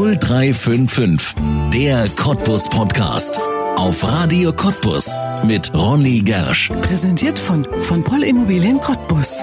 0355, der Cottbus Podcast. Auf Radio Cottbus mit Ronny Gersch. Präsentiert von Poll Immobilien Cottbus.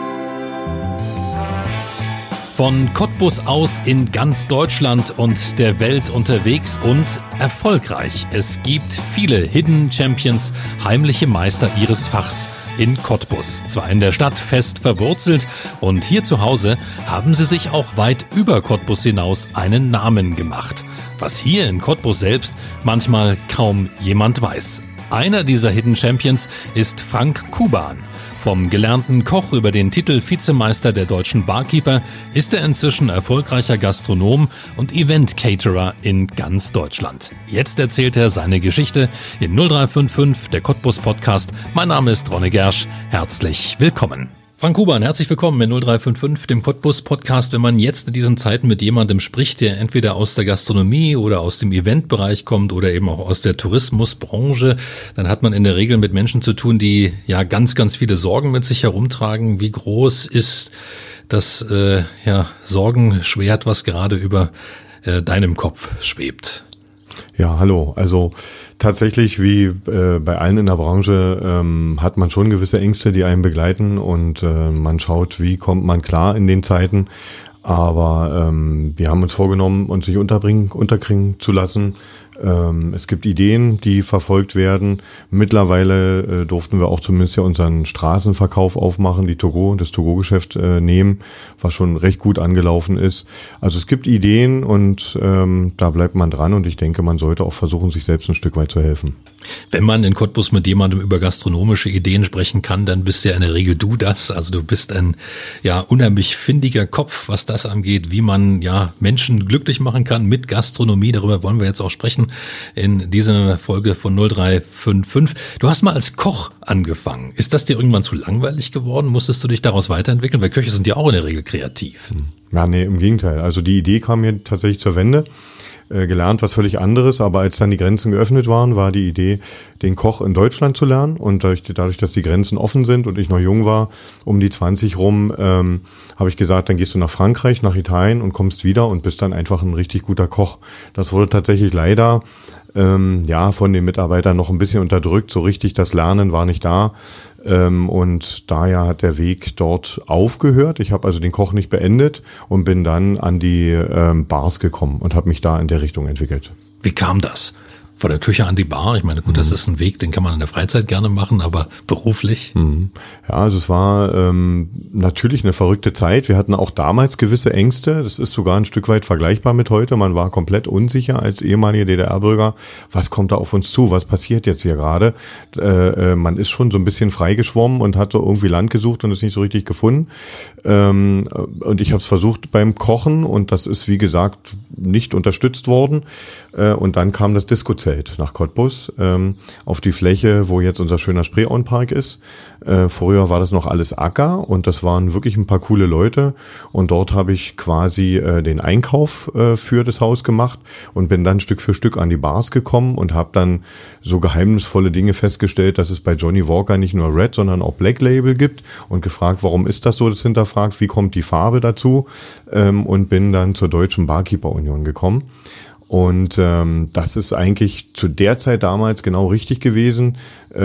Von Cottbus aus in ganz Deutschland und der Welt unterwegs und erfolgreich. Es gibt viele Hidden Champions, heimliche Meister ihres Fachs in Cottbus. Zwar in der Stadt fest verwurzelt und hier zu Hause haben sie sich auch weit über Cottbus hinaus einen Namen gemacht. Was hier in Cottbus selbst manchmal kaum jemand weiß. Einer dieser Hidden Champions ist Frank Kuban. Vom gelernten Koch über den Titel Vizemeister der deutschen Barkeeper ist er inzwischen erfolgreicher Gastronom und Event-Caterer in ganz Deutschland. Jetzt erzählt er seine Geschichte in 0355, der Cottbus Podcast. Mein Name ist Ronny Gersch. Herzlich willkommen. Frank Kuban, herzlich willkommen in 0355, dem Cottbus Podcast. Wenn man jetzt in diesen Zeiten mit jemandem spricht, der entweder aus der Gastronomie oder aus dem Eventbereich kommt oder eben auch aus der Tourismusbranche, dann hat man in der Regel mit Menschen zu tun, die ja ganz, ganz viele Sorgen mit sich herumtragen. Wie groß ist das Sorgenschwert, was gerade über deinem Kopf schwebt? Ja, hallo. Also tatsächlich, wie bei allen in der Branche, hat man schon gewisse Ängste, die einen begleiten und man schaut, wie kommt man klar in den Zeiten. Aber wir haben uns vorgenommen, uns nicht unterkriegen zu lassen. Es gibt Ideen, die verfolgt werden. Mittlerweile durften wir auch zumindest ja unseren Straßenverkauf aufmachen, das To-Go-Geschäft nehmen, was schon recht gut angelaufen ist. Also es gibt Ideen und da bleibt man dran und ich denke, man sollte auch versuchen, sich selbst ein Stück weit zu helfen. Wenn man in Cottbus mit jemandem über gastronomische Ideen sprechen kann, dann bist ja in der Regel du das. Also du bist ein unheimlich findiger Kopf, was das angeht, wie man Menschen glücklich machen kann mit Gastronomie. Darüber wollen wir jetzt auch sprechen in dieser Folge von 0355. Du hast mal als Koch angefangen. Ist das dir irgendwann zu langweilig geworden? Musstest du dich daraus weiterentwickeln? Weil Köche sind ja auch in der Regel kreativ. Ja, nee, im Gegenteil. Also die Idee kam mir tatsächlich zur Wende. Gelernt was völlig anderes, aber als dann die Grenzen geöffnet waren, war die Idee, den Koch in Deutschland zu lernen und dadurch, dass die Grenzen offen sind und ich noch jung war, um die 20 rum, habe ich gesagt, dann gehst du nach Frankreich, nach Italien und kommst wieder und bist dann einfach ein richtig guter Koch. Das wurde tatsächlich leider von den Mitarbeitern noch ein bisschen unterdrückt, so richtig das Lernen war nicht da. Und daher hat der Weg dort aufgehört. Ich habe also den Koch nicht beendet und bin dann an die Bars gekommen und habe mich da in der Richtung entwickelt. Wie kam das? Von der Küche an die Bar? Ich meine, gut, das ist ein Weg, den kann man in der Freizeit gerne machen, aber beruflich? Ja, also es war natürlich eine verrückte Zeit. Wir hatten auch damals gewisse Ängste. Das ist sogar ein Stück weit vergleichbar mit heute. Man war komplett unsicher als ehemaliger DDR-Bürger. Was kommt da auf uns zu? Was passiert jetzt hier gerade? Man ist schon so ein bisschen freigeschwommen und hat so irgendwie Land gesucht und es nicht so richtig gefunden. Und ich habe es versucht beim Kochen und das ist, wie gesagt, nicht unterstützt worden. Und dann kam das Disco-Zelt nach Cottbus, auf die Fläche, wo jetzt unser schöner Spreeauenpark ist. Früher war das noch alles Acker und das waren wirklich ein paar coole Leute und dort habe ich quasi den Einkauf für das Haus gemacht und bin dann Stück für Stück an die Bars gekommen und habe dann so geheimnisvolle Dinge festgestellt, dass es bei Johnny Walker nicht nur Red, sondern auch Black Label gibt und gefragt, warum ist das so, das hinterfragt, wie kommt die Farbe dazu und bin dann zur Deutschen Barkeeper Union gekommen. Und das ist eigentlich zu der Zeit damals genau richtig gewesen.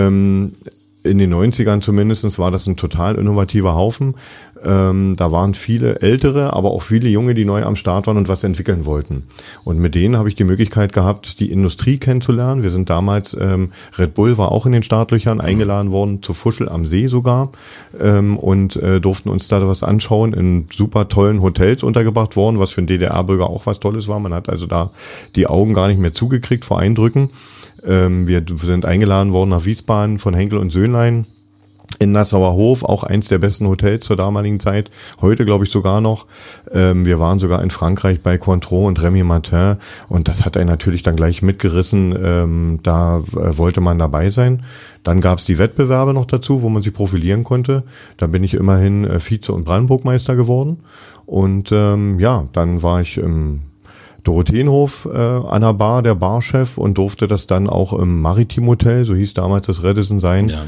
In den 90ern zumindest war das ein total innovativer Haufen. Da waren viele Ältere, aber auch viele Junge, die neu am Start waren und was entwickeln wollten. Und mit denen habe ich die Möglichkeit gehabt, die Industrie kennenzulernen. Wir sind damals, Red Bull war auch in den Startlöchern eingeladen worden, zu Fuschel am See sogar, und durften uns da was anschauen, in super tollen Hotels untergebracht worden, was für einen DDR-Bürger auch was Tolles war. Man hat also da die Augen gar nicht mehr zugekriegt vor Eindrücken. Wir sind eingeladen worden nach Wiesbaden von Henkel und Söhnlein in Nassauer Hof, auch eins der besten Hotels zur damaligen Zeit, heute glaube ich sogar noch. Wir waren sogar in Frankreich bei Cointreau und Rémy Martin und das hat einen natürlich dann gleich mitgerissen, da wollte man dabei sein. Dann gab es die Wettbewerbe noch dazu, wo man sich profilieren konnte. Da bin ich immerhin Vize- und Brandenburgmeister geworden und dann war ich im Dorotheenhof an der Bar, der Barchef, und durfte das dann auch im Maritim Hotel, so hieß damals das Radisson, sein. Ja.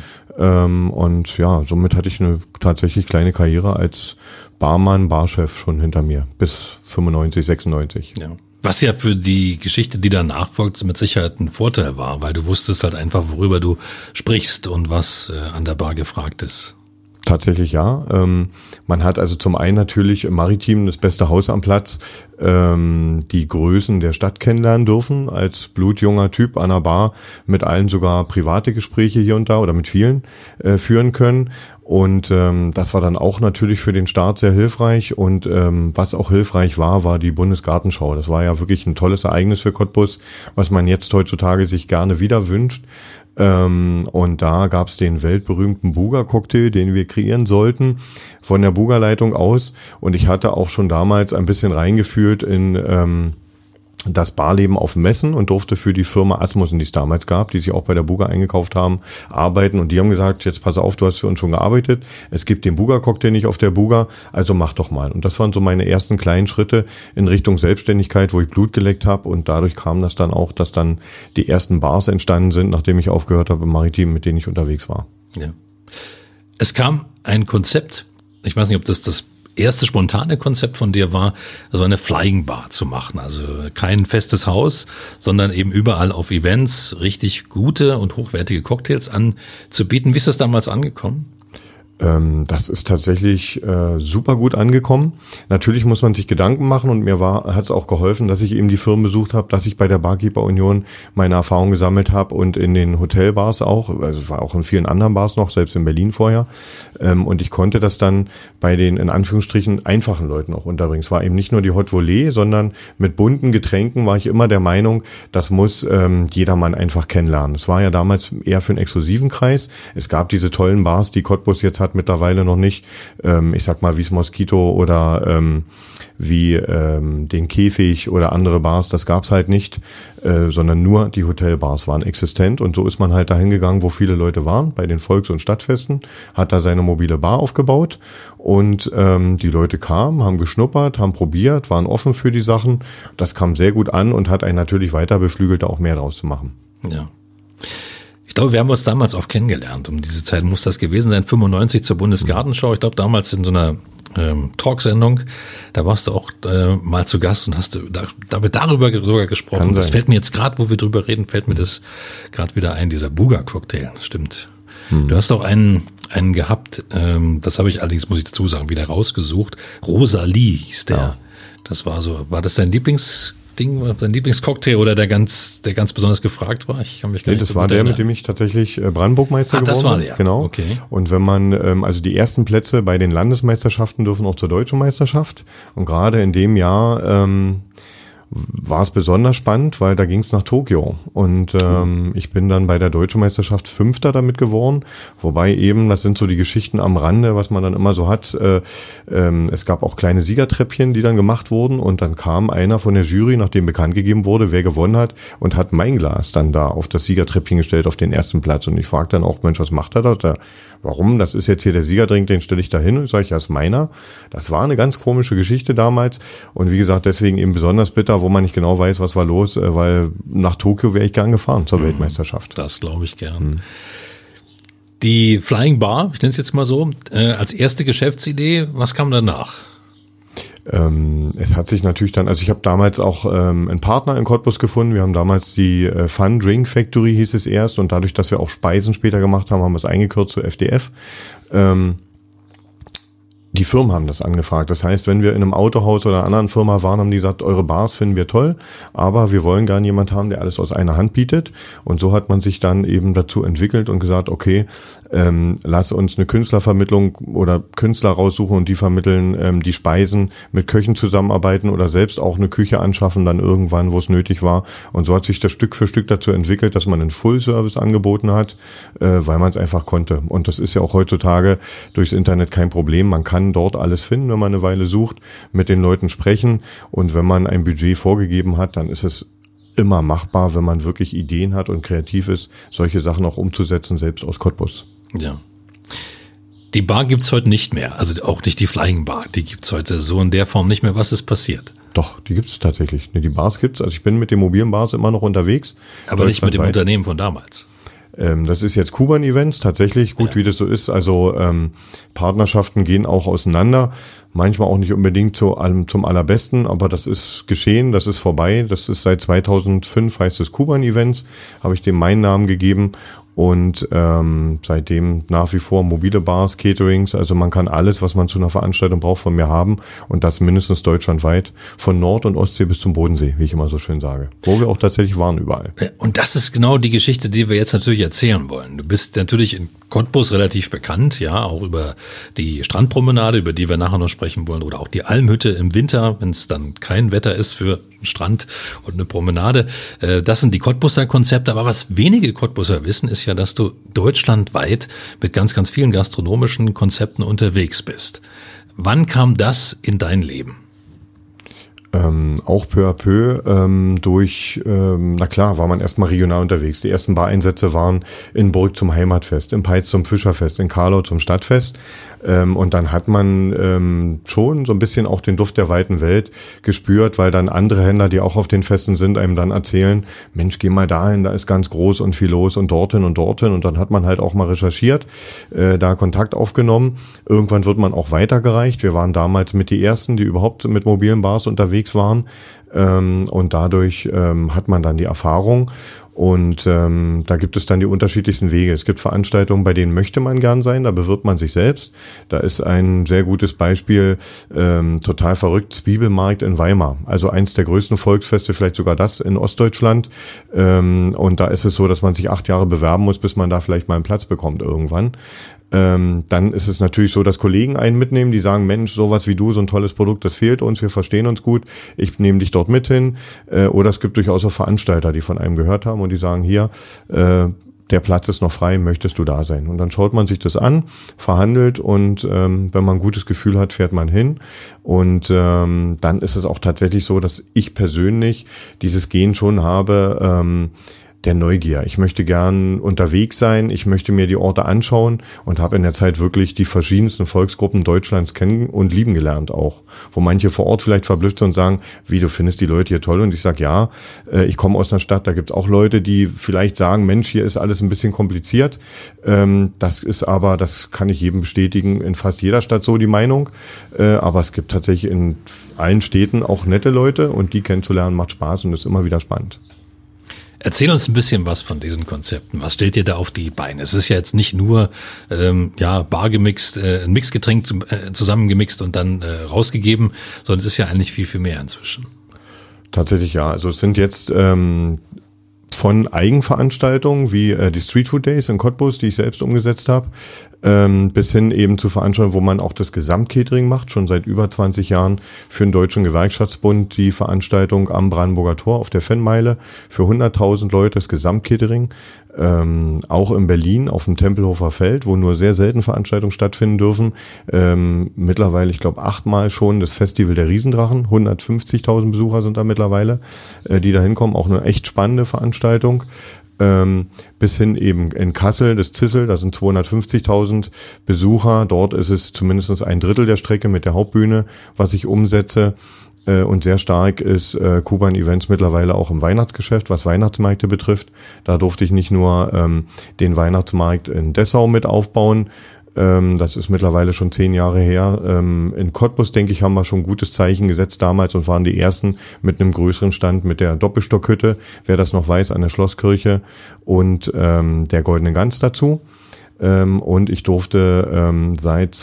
Somit hatte ich eine tatsächlich kleine Karriere als Barmann, Barchef schon hinter mir, bis 95, 96. Ja. Was ja für die Geschichte, die danach folgt, mit Sicherheit ein Vorteil war, weil du wusstest halt einfach, worüber du sprichst und was an der Bar gefragt ist. Tatsächlich ja. Man hat also zum einen natürlich im Maritim das beste Haus am Platz, die Größen der Stadt kennenlernen dürfen, als blutjunger Typ an der Bar mit allen sogar private Gespräche hier und da oder mit vielen führen können. Und das war dann auch natürlich für den Start sehr hilfreich. Und was auch hilfreich war die Bundesgartenschau. Das war ja wirklich ein tolles Ereignis für Cottbus, was man jetzt heutzutage sich gerne wieder wünscht. Und da gab's den weltberühmten Buga-Cocktail, den wir kreieren sollten, von der Buga-Leitung aus. Und ich hatte auch schon damals ein bisschen reingefühlt in das Barleben auf Messen und durfte für die Firma Asmussen, die es damals gab, die sich auch bei der Buga eingekauft haben, arbeiten. Und die haben gesagt, jetzt pass auf, du hast für uns schon gearbeitet. Es gibt den Buga-Cocktail nicht auf der Buga, also mach doch mal. Und das waren so meine ersten kleinen Schritte in Richtung Selbstständigkeit, wo ich Blut geleckt habe. Und dadurch kam das dann auch, dass dann die ersten Bars entstanden sind, nachdem ich aufgehört habe im Maritim, mit denen ich unterwegs war. Ja. Es kam ein Konzept, ich weiß nicht, ob das erste spontane Konzept von dir war, so eine Flying Bar zu machen. Also kein festes Haus, sondern eben überall auf Events richtig gute und hochwertige Cocktails anzubieten. Wie ist das damals angekommen? Das ist tatsächlich super gut angekommen. Natürlich muss man sich Gedanken machen und mir hat es auch geholfen, dass ich eben die Firmen besucht habe, dass ich bei der Barkeeper Union meine Erfahrung gesammelt habe und in den Hotelbars auch, also war auch in vielen anderen Bars noch, selbst in Berlin vorher. Und ich konnte das dann bei den in Anführungsstrichen einfachen Leuten auch unterbringen. Es war eben nicht nur die Hot Volée, sondern mit bunten Getränken war ich immer der Meinung, das muss jedermann einfach kennenlernen. Es war ja damals eher für einen exklusiven Kreis. Es gab diese tollen Bars, die Cottbus jetzt hat mittlerweile noch nicht, ich sag mal wie das Moskito oder wie den Käfig oder andere Bars, das gab's halt nicht, sondern nur die Hotelbars waren existent und so ist man halt dahin gegangen, wo viele Leute waren, bei den Volks- und Stadtfesten, hat da seine mobile Bar aufgebaut und die Leute kamen, haben geschnuppert, haben probiert, waren offen für die Sachen, das kam sehr gut an und hat einen natürlich weiter beflügelt, da auch mehr draus zu machen. Ja. Ich glaube, wir haben uns damals auch kennengelernt. Um diese Zeit muss das gewesen sein, 95 zur Bundesgartenschau. Ich glaube, damals in so einer Talksendung, da warst du auch mal zu Gast und hast darüber sogar gesprochen. Das fällt mir jetzt gerade, wo wir drüber reden, fällt mir das gerade wieder ein, dieser Buga-Cocktail. Stimmt. Du hast auch einen gehabt, das habe ich allerdings, muss ich dazu sagen, wieder rausgesucht. Rosalie hieß der. Ja. Das war das dein dein Lieblingscocktail oder der ganz besonders gefragt war? Ich kann mich gar nicht das war der, mit dem ich tatsächlich Brandenburg-Meister geworden bin. Das war der. Genau. Okay. Und wenn man, also die ersten Plätze bei den Landesmeisterschaften dürfen auch zur Deutschen Meisterschaft. Und gerade in dem Jahr war es besonders spannend, weil da ging es nach Tokio und ich bin dann bei der Deutschen Meisterschaft Fünfter damit geworden, wobei eben, das sind so die Geschichten am Rande, was man dann immer so hat, es gab auch kleine Siegertreppchen, die dann gemacht wurden und dann kam einer von der Jury, nachdem bekannt gegeben wurde, wer gewonnen hat und hat mein Glas dann da auf das Siegertreppchen gestellt, auf den ersten Platz und ich frage dann auch, Mensch, was macht er da? Warum? Das ist jetzt hier der Siegerdrink, den stelle ich da hin und sage ich, ja, ist meiner. Das war eine ganz komische Geschichte damals und wie gesagt, deswegen eben besonders bitter, wo man nicht genau weiß, was war los, weil nach Tokio wäre ich gern gefahren zur Weltmeisterschaft. Das glaube ich gern. Die Flying Bar, ich nenne es jetzt mal so, als erste Geschäftsidee, was kam danach? Es hat sich natürlich dann, also ich habe damals auch einen Partner in Cottbus gefunden. Wir haben damals die Fun Drink Factory hieß es erst und dadurch, dass wir auch Speisen später gemacht haben, haben wir es eingekürzt zu FDF. Die Firmen haben das angefragt. Das heißt, wenn wir in einem Autohaus oder einer anderen Firma waren, haben die gesagt, eure Bars finden wir toll, aber wir wollen gerne jemand haben, der alles aus einer Hand bietet. Und so hat man sich dann eben dazu entwickelt und gesagt, okay, lass uns eine Künstlervermittlung oder Künstler raussuchen und die vermitteln die Speisen, mit Köchen zusammenarbeiten oder selbst auch eine Küche anschaffen, dann irgendwann, wo es nötig war. Und so hat sich das Stück für Stück dazu entwickelt, dass man einen Full-Service angeboten hat, weil man es einfach konnte. Und das ist ja auch heutzutage durchs Internet kein Problem. Man kann dort alles finden, wenn man eine Weile sucht, mit den Leuten sprechen. Und wenn man ein Budget vorgegeben hat, dann ist es immer machbar, wenn man wirklich Ideen hat und kreativ ist, solche Sachen auch umzusetzen, selbst aus Cottbus. Ja. Die Bar gibt's heute nicht mehr, also auch nicht die Flying Bar, die gibt's heute so in der Form nicht mehr. Was ist passiert? Doch, die gibt's tatsächlich. Die Bars gibt's, also ich bin mit den mobilen Bars immer noch unterwegs. Aber nicht mit dem Unternehmen von damals. Das ist jetzt Kuban Events, tatsächlich, gut, wie das so ist. Also Partnerschaften gehen auch auseinander. Manchmal auch nicht unbedingt zum Allerbesten, aber das ist geschehen, das ist vorbei. Das ist seit 2005, heißt es Kuban Events, habe ich dem meinen Namen gegeben. Und seitdem nach wie vor mobile Bars, Caterings, also man kann alles, was man zu einer Veranstaltung braucht, von mir haben und das mindestens deutschlandweit, von Nord- und Ostsee bis zum Bodensee, wie ich immer so schön sage, wo wir auch tatsächlich waren überall. Und das ist genau die Geschichte, die wir jetzt natürlich erzählen wollen. Du bist natürlich in Cottbus relativ bekannt, ja, auch über die Strandpromenade, über die wir nachher noch sprechen wollen, oder auch die Almhütte im Winter, wenn es dann kein Wetter ist für einen Strand und eine Promenade. Das sind die Cottbuser Konzepte, aber was wenige Cottbuser wissen, ist ja, dass du deutschlandweit mit ganz, ganz vielen gastronomischen Konzepten unterwegs bist. Wann kam das in dein Leben? Auch peu à peu na klar, war man erstmal regional unterwegs. Die ersten Bareinsätze waren in Burg zum Heimatfest, in Peitz zum Fischerfest, in Karlau zum Stadtfest. Und dann hat man schon so ein bisschen auch den Duft der weiten Welt gespürt, weil dann andere Händler, die auch auf den Festen sind, einem dann erzählen, Mensch, geh mal dahin, da ist ganz groß und viel los und dorthin und dorthin. Und dann hat man halt auch mal recherchiert, da Kontakt aufgenommen. Irgendwann wird man auch weitergereicht. Wir waren damals mit die Ersten, die überhaupt mit mobilen Bars unterwegs waren. Und dadurch hat man dann die Erfahrung. Und da gibt es dann die unterschiedlichsten Wege. Es gibt Veranstaltungen, bei denen möchte man gern sein, da bewirbt man sich selbst. Da ist ein sehr gutes Beispiel, total verrückt, Zwiebelmarkt in Weimar. Also eins der größten Volksfeste, vielleicht sogar das in Ostdeutschland. Und da ist es so, dass man sich 8 Jahre bewerben muss, bis man da vielleicht mal einen Platz bekommt irgendwann. Dann ist es natürlich so, dass Kollegen einen mitnehmen, die sagen, Mensch, sowas wie du, so ein tolles Produkt, das fehlt uns, wir verstehen uns gut, ich nehme dich dort mit hin. Oder es gibt durchaus auch Veranstalter, die von einem gehört haben und die sagen, hier, der Platz ist noch frei, möchtest du da sein? Und dann schaut man sich das an, verhandelt und wenn man ein gutes Gefühl hat, fährt man hin. Und dann ist es auch tatsächlich so, dass ich persönlich dieses Gen schon habe, der Neugier. Ich möchte gern unterwegs sein, ich möchte mir die Orte anschauen und habe in der Zeit wirklich die verschiedensten Volksgruppen Deutschlands kennen und lieben gelernt auch. Wo manche vor Ort vielleicht verblüfft sind und sagen, wie, du findest die Leute hier toll? Und ich sage, ja, ich komme aus einer Stadt, da gibt's auch Leute, die vielleicht sagen, Mensch, hier ist alles ein bisschen kompliziert. Das ist aber, das kann ich jedem bestätigen, in fast jeder Stadt so die Meinung. Aber es gibt tatsächlich in allen Städten auch nette Leute und die kennenzulernen macht Spaß und ist immer wieder spannend. Erzähl uns ein bisschen was von diesen Konzepten. Was stellt ihr da auf die Beine? Es ist ja jetzt nicht nur bar gemixt, ein Mixgetränk zusammengemixt und dann rausgegeben, sondern es ist ja eigentlich viel, viel mehr inzwischen. Tatsächlich ja. Also es sind jetzt von Eigenveranstaltungen wie die Street Food Days in Cottbus, die ich selbst umgesetzt habe, bis hin eben zu Veranstaltungen, wo man auch das Gesamtcatering macht, schon seit über 20 Jahren für den Deutschen Gewerkschaftsbund die Veranstaltung am Brandenburger Tor auf der Fanmeile für 100.000 Leute, das Gesamtcatering. Auch in Berlin auf dem Tempelhofer Feld, wo nur sehr selten Veranstaltungen stattfinden dürfen. Mittlerweile, ich glaube, 8-mal schon das Festival der Riesendrachen. 150.000 Besucher sind da mittlerweile, die da hinkommen. Auch eine echt spannende Veranstaltung. Bis hin eben in Kassel, das Zissel, da sind 250.000 Besucher. Dort ist es zumindest 1/3 der Strecke mit der Hauptbühne, was ich umsetze. Und sehr stark ist Kuban Events mittlerweile auch im Weihnachtsgeschäft, was Weihnachtsmärkte betrifft. Da durfte ich nicht nur den Weihnachtsmarkt in Dessau mit aufbauen. Das ist mittlerweile schon 10 Jahre her. In Cottbus, denke ich, haben wir schon ein gutes Zeichen gesetzt damals und waren die Ersten mit einem größeren Stand mit der Doppelstockhütte, wer das noch weiß, an der Schlosskirche und der Goldene Gans dazu. Und ich durfte seit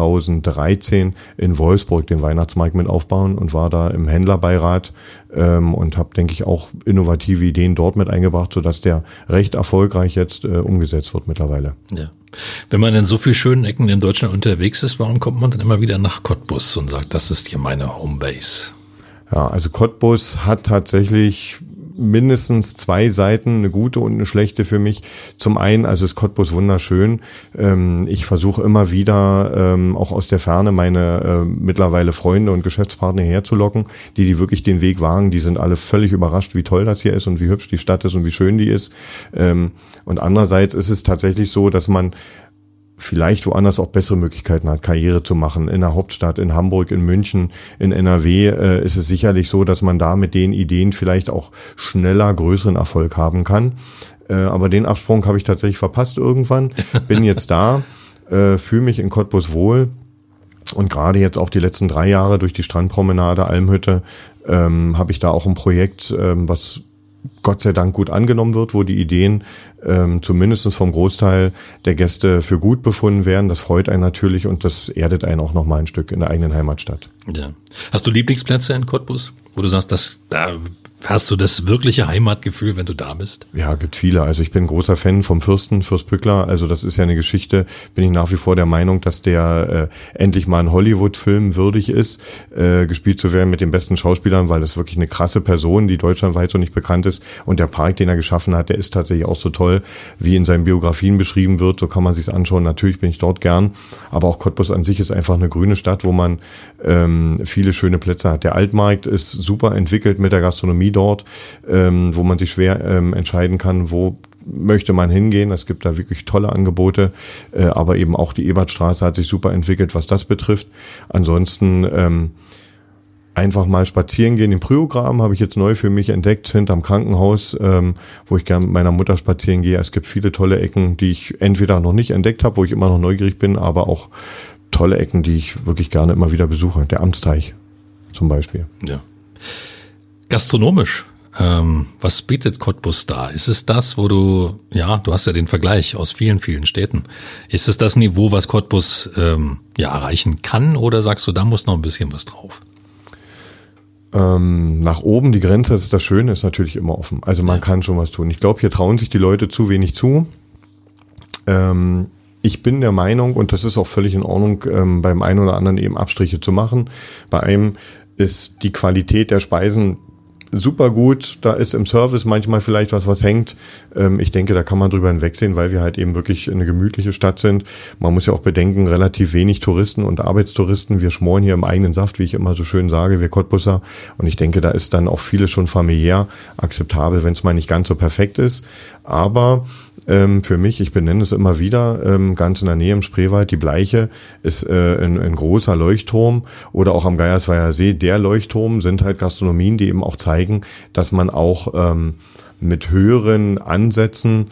2013 in Wolfsburg den Weihnachtsmarkt mit aufbauen und war da im Händlerbeirat und habe, denke ich, auch innovative Ideen dort mit eingebracht, sodass der recht erfolgreich jetzt umgesetzt wird mittlerweile. Ja. Wenn man in so vielen schönen Ecken in Deutschland unterwegs ist, warum kommt man dann immer wieder nach Cottbus und sagt, das ist hier meine Homebase? Ja, also Cottbus hat tatsächlich mindestens 2 Seiten, eine gute und eine schlechte für mich. Zum einen, also ist Cottbus wunderschön. Ich versuche immer wieder, auch aus der Ferne, meine mittlerweile Freunde und Geschäftspartner herzulocken, die wirklich den Weg wagen. Die sind alle völlig überrascht, wie toll das hier ist und wie hübsch die Stadt ist und wie schön die ist. Und andererseits ist es tatsächlich so, dass man vielleicht woanders auch bessere Möglichkeiten hat, Karriere zu machen. In der Hauptstadt, in Hamburg, in München, in NRW ist es sicherlich so, dass man da mit den Ideen vielleicht auch schneller größeren Erfolg haben kann. Aber den Absprung habe ich tatsächlich verpasst irgendwann. Bin jetzt da, fühle mich in Cottbus wohl. Und gerade jetzt auch die letzten 3 Jahre durch die Strandpromenade Almhütte habe ich da auch ein Projekt, was Gott sei Dank gut angenommen wird, wo die Ideen zumindest vom Großteil der Gäste für gut befunden werden. Das freut einen natürlich und das erdet einen auch nochmal ein Stück in der eigenen Heimatstadt. Ja. Hast du Lieblingsplätze in Cottbus, wo du sagst, da hast du das wirkliche Heimatgefühl, wenn du da bist? Ja, gibt viele. Also ich bin großer Fan vom Fürst Pückler. Also das ist ja eine Geschichte, bin ich nach wie vor der Meinung, dass der endlich mal ein Hollywood-Film würdig ist, gespielt zu werden mit den besten Schauspielern, weil das wirklich eine krasse Person, die deutschlandweit so nicht bekannt ist. Und der Park, den er geschaffen hat, der ist tatsächlich auch so toll, wie in seinen Biografien beschrieben wird. So kann man sich's anschauen. Natürlich bin ich dort gern. Aber auch Cottbus an sich ist einfach eine grüne Stadt, wo man viele schöne Plätze hat. Der Altmarkt ist super entwickelt mit der Gastronomie dort, wo man sich schwer entscheiden kann, wo möchte man hingehen. Es gibt da wirklich tolle Angebote, aber eben auch die Ebertstraße hat sich super entwickelt, was das betrifft. Ansonsten einfach mal spazieren gehen. Den Priograben habe ich jetzt neu für mich entdeckt, hinterm Krankenhaus, wo ich gerne mit meiner Mutter spazieren gehe. Es gibt viele tolle Ecken, die ich entweder noch nicht entdeckt habe, wo ich immer noch neugierig bin, aber auch tolle Ecken, die ich wirklich gerne immer wieder besuche. Der Amtsteich zum Beispiel. Ja. Gastronomisch, was bietet Cottbus da? Ist es das, wo du hast ja den Vergleich aus vielen, vielen Städten. Ist es das Niveau, was Cottbus erreichen kann, oder sagst du, da muss noch ein bisschen was drauf? Nach oben, die Grenze, das ist das Schöne, ist natürlich immer offen. Also man kann schon was tun. Ich glaube, hier trauen sich die Leute zu wenig zu. Ich bin der Meinung, und das ist auch völlig in Ordnung, beim einen oder anderen eben Abstriche zu machen. Bei einem ist die Qualität der Speisen super gut, da ist im Service manchmal vielleicht was hängt. Ich denke, da kann man drüber hinwegsehen, weil wir halt eben wirklich eine gemütliche Stadt sind. Man muss ja auch bedenken, relativ wenig Touristen und Arbeitstouristen. Wir schmoren hier im eigenen Saft, wie ich immer so schön sage, wir Cottbusser. Und ich denke, da ist dann auch vieles schon familiär akzeptabel, wenn es mal nicht ganz so perfekt ist. Aber für mich, ich benenne es immer wieder, ganz in der Nähe im Spreewald, die Bleiche ist ein großer Leuchtturm, oder auch am Geiersweiher See, der Leuchtturm, sind halt Gastronomien, die eben auch zeigen, dass man auch mit höheren Ansätzen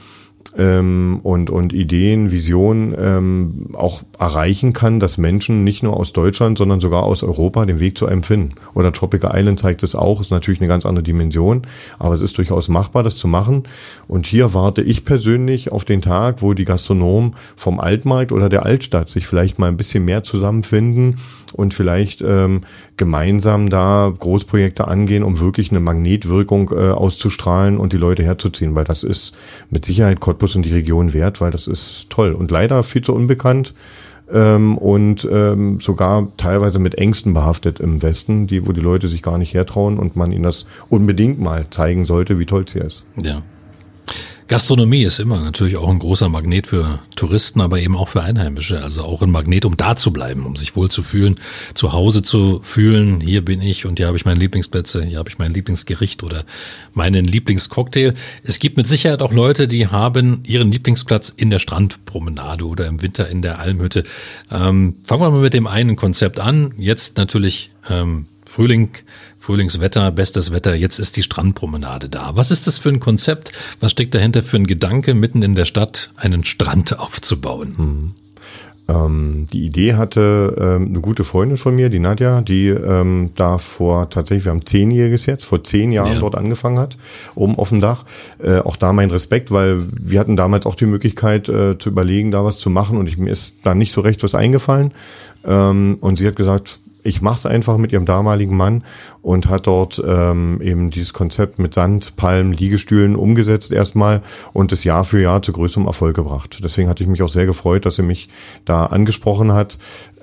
und Ideen, Visionen auch erreichen kann, dass Menschen nicht nur aus Deutschland, sondern sogar aus Europa den Weg zu einem finden. Oder Tropical Island zeigt es auch, ist natürlich eine ganz andere Dimension, aber es ist durchaus machbar, das zu machen. Und hier warte ich persönlich auf den Tag, wo die Gastronomen vom Altmarkt oder der Altstadt sich vielleicht mal ein bisschen mehr zusammenfinden und vielleicht gemeinsam da Großprojekte angehen, um wirklich eine Magnetwirkung auszustrahlen und die Leute herzuziehen, weil das ist mit Sicherheit Cottbus und die Region wert, weil das ist toll und leider viel zu unbekannt und sogar teilweise mit Ängsten behaftet im Westen, wo die Leute sich gar nicht hertrauen und man ihnen das unbedingt mal zeigen sollte, wie toll es hier ist. Ja. Gastronomie ist immer natürlich auch ein großer Magnet für Touristen, aber eben auch für Einheimische. Also auch ein Magnet, um da zu bleiben, um sich wohl zu fühlen, zu Hause zu fühlen. Hier bin ich und hier habe ich meine Lieblingsplätze, hier habe ich mein Lieblingsgericht oder meinen Lieblingscocktail. Es gibt mit Sicherheit auch Leute, die haben ihren Lieblingsplatz in der Strandpromenade oder im Winter in der Almhütte. Fangen wir mal mit dem einen Konzept an. Jetzt natürlich Frühlingswetter, bestes Wetter, jetzt ist die Strandpromenade da. Was ist das für ein Konzept? Was steckt dahinter für ein Gedanke, mitten in der Stadt einen Strand aufzubauen? Die Idee hatte eine gute Freundin von mir, die Nadja, die da wir haben 10-jähriges jetzt, vor 10 Jahren dort angefangen hat, oben auf dem Dach. Auch da mein Respekt, weil wir hatten damals auch die Möglichkeit zu überlegen, da was zu machen, und mir ist da nicht so recht was eingefallen. Und sie hat gesagt, ich mache es einfach mit ihrem damaligen Mann, und hat dort eben dieses Konzept mit Sand, Palmen, Liegestühlen umgesetzt erstmal und es Jahr für Jahr zu größerem Erfolg gebracht. Deswegen hatte ich mich auch sehr gefreut, dass sie mich da angesprochen hat,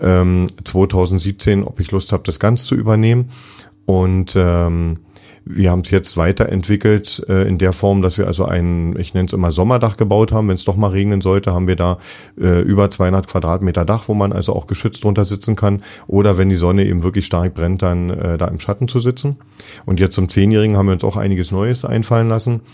2017, ob ich Lust habe, das Ganze zu übernehmen. Und wir haben es jetzt weiterentwickelt in der Form, dass wir also ich nenne es immer Sommerdach gebaut haben. Wenn es doch mal regnen sollte, haben wir da über 200 Quadratmeter Dach, wo man also auch geschützt drunter sitzen kann. Oder wenn die Sonne eben wirklich stark brennt, dann da im Schatten zu sitzen. Und jetzt zum 10-Jährigen haben wir uns auch einiges Neues einfallen lassen.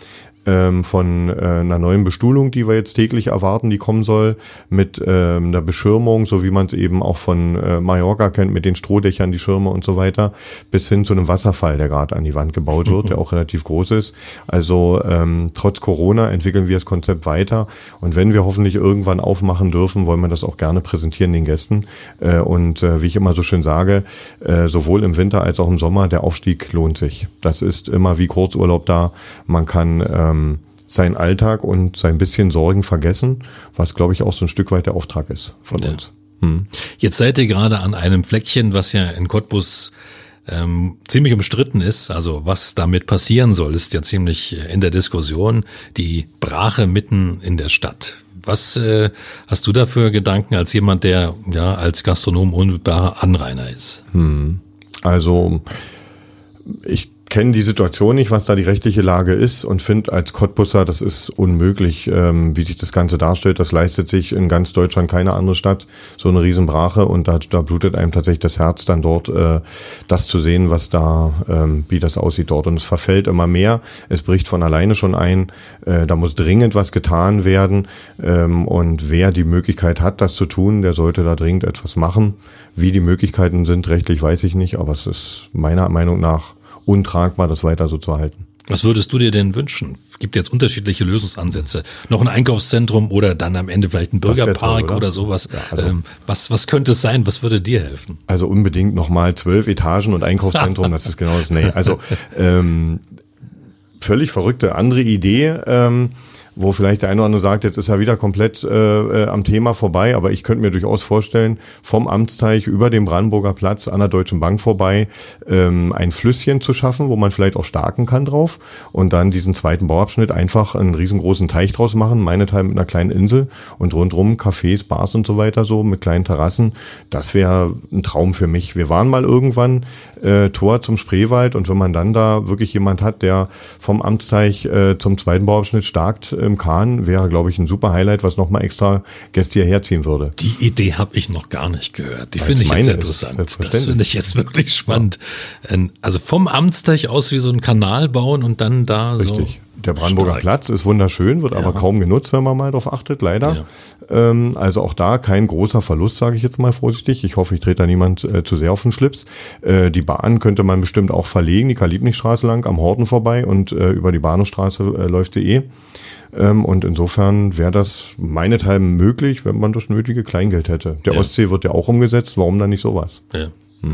von einer neuen Bestuhlung, die wir jetzt täglich erwarten, die kommen soll, mit einer Beschirmung, so wie man es eben auch von Mallorca kennt, mit den Strohdächern, die Schirme und so weiter, bis hin zu einem Wasserfall, der gerade an die Wand gebaut wird, der auch relativ groß ist. Also trotz Corona entwickeln wir das Konzept weiter und wenn wir hoffentlich irgendwann aufmachen dürfen, wollen wir das auch gerne präsentieren den Gästen. Und wie ich immer so schön sage, sowohl im Winter als auch im Sommer, der Aufstieg lohnt sich. Das ist immer wie Kurzurlaub da. Man kann seinen Alltag und sein bisschen Sorgen vergessen, was, glaube ich, auch so ein Stück weit der Auftrag ist von uns. Jetzt seid ihr gerade an einem Fleckchen, was ja in Cottbus ziemlich umstritten ist. Also was damit passieren soll, ist ja ziemlich in der Diskussion. Die Brache mitten in der Stadt. Was hast du da für Gedanken als jemand, der ja als Gastronom unmittelbarer Anrainer ist? Also ich kenne die Situation nicht, was da die rechtliche Lage ist und finde als Cottbusser, das ist unmöglich, wie sich das Ganze darstellt. Das leistet sich in ganz Deutschland keine andere Stadt, so eine Riesenbrache und da blutet einem tatsächlich das Herz dann dort, das zu sehen, was da, wie das aussieht dort. Und es verfällt immer mehr, es bricht von alleine schon ein, da muss dringend was getan werden und wer die Möglichkeit hat, das zu tun, der sollte da dringend etwas machen. Wie die Möglichkeiten sind, rechtlich weiß ich nicht, aber es ist meiner Meinung nach untragbar, das weiter so zu halten. Was würdest du dir denn wünschen? Gibt jetzt unterschiedliche Lösungsansätze. Noch ein Einkaufszentrum oder dann am Ende vielleicht ein Bürgerpark oder sowas. Ja, also was könnte es sein? Was würde dir helfen? Also unbedingt nochmal 12 Etagen und Einkaufszentrum, das ist genau das. Nee, also völlig verrückte andere Idee, wo vielleicht der eine oder andere sagt, jetzt ist er wieder komplett am Thema vorbei, aber ich könnte mir durchaus vorstellen, vom Amtsteich über den Brandenburger Platz an der Deutschen Bank vorbei ein Flüsschen zu schaffen, wo man vielleicht auch starken kann drauf und dann diesen zweiten Bauabschnitt einfach einen riesengroßen Teich draus machen, meinethalben mit einer kleinen Insel und rundrum Cafés, Bars und so weiter so mit kleinen Terrassen. Das wäre ein Traum für mich. Wir waren mal irgendwann Tor zum Spreewald und wenn man dann da wirklich jemand hat, der vom Amtsteich zum zweiten Bauabschnitt starkt im Kahn, wäre, glaube ich, ein super Highlight, was nochmal extra Gäste hierher ziehen würde. Die Idee habe ich noch gar nicht gehört. Die finde ich jetzt interessant. Das finde ich jetzt wirklich spannend. Ja. Also vom Amtsteich aus wie so ein Kanal bauen und dann da so. Richtig. Der Brandenburger Platz ist wunderschön, wird aber kaum genutzt, wenn man mal drauf achtet, leider. Ja. Also auch da kein großer Verlust, sage ich jetzt mal vorsichtig. Ich hoffe, ich trete da niemand zu sehr auf den Schlips. Die Bahn könnte man bestimmt auch verlegen, die Karl-Liebknecht-Straße lang am Horten vorbei und über die Bahnhofstraße läuft sie und insofern wäre das meinethalben möglich, wenn man das nötige Kleingeld hätte. Der Ostsee wird ja auch umgesetzt, warum dann nicht sowas? Ja.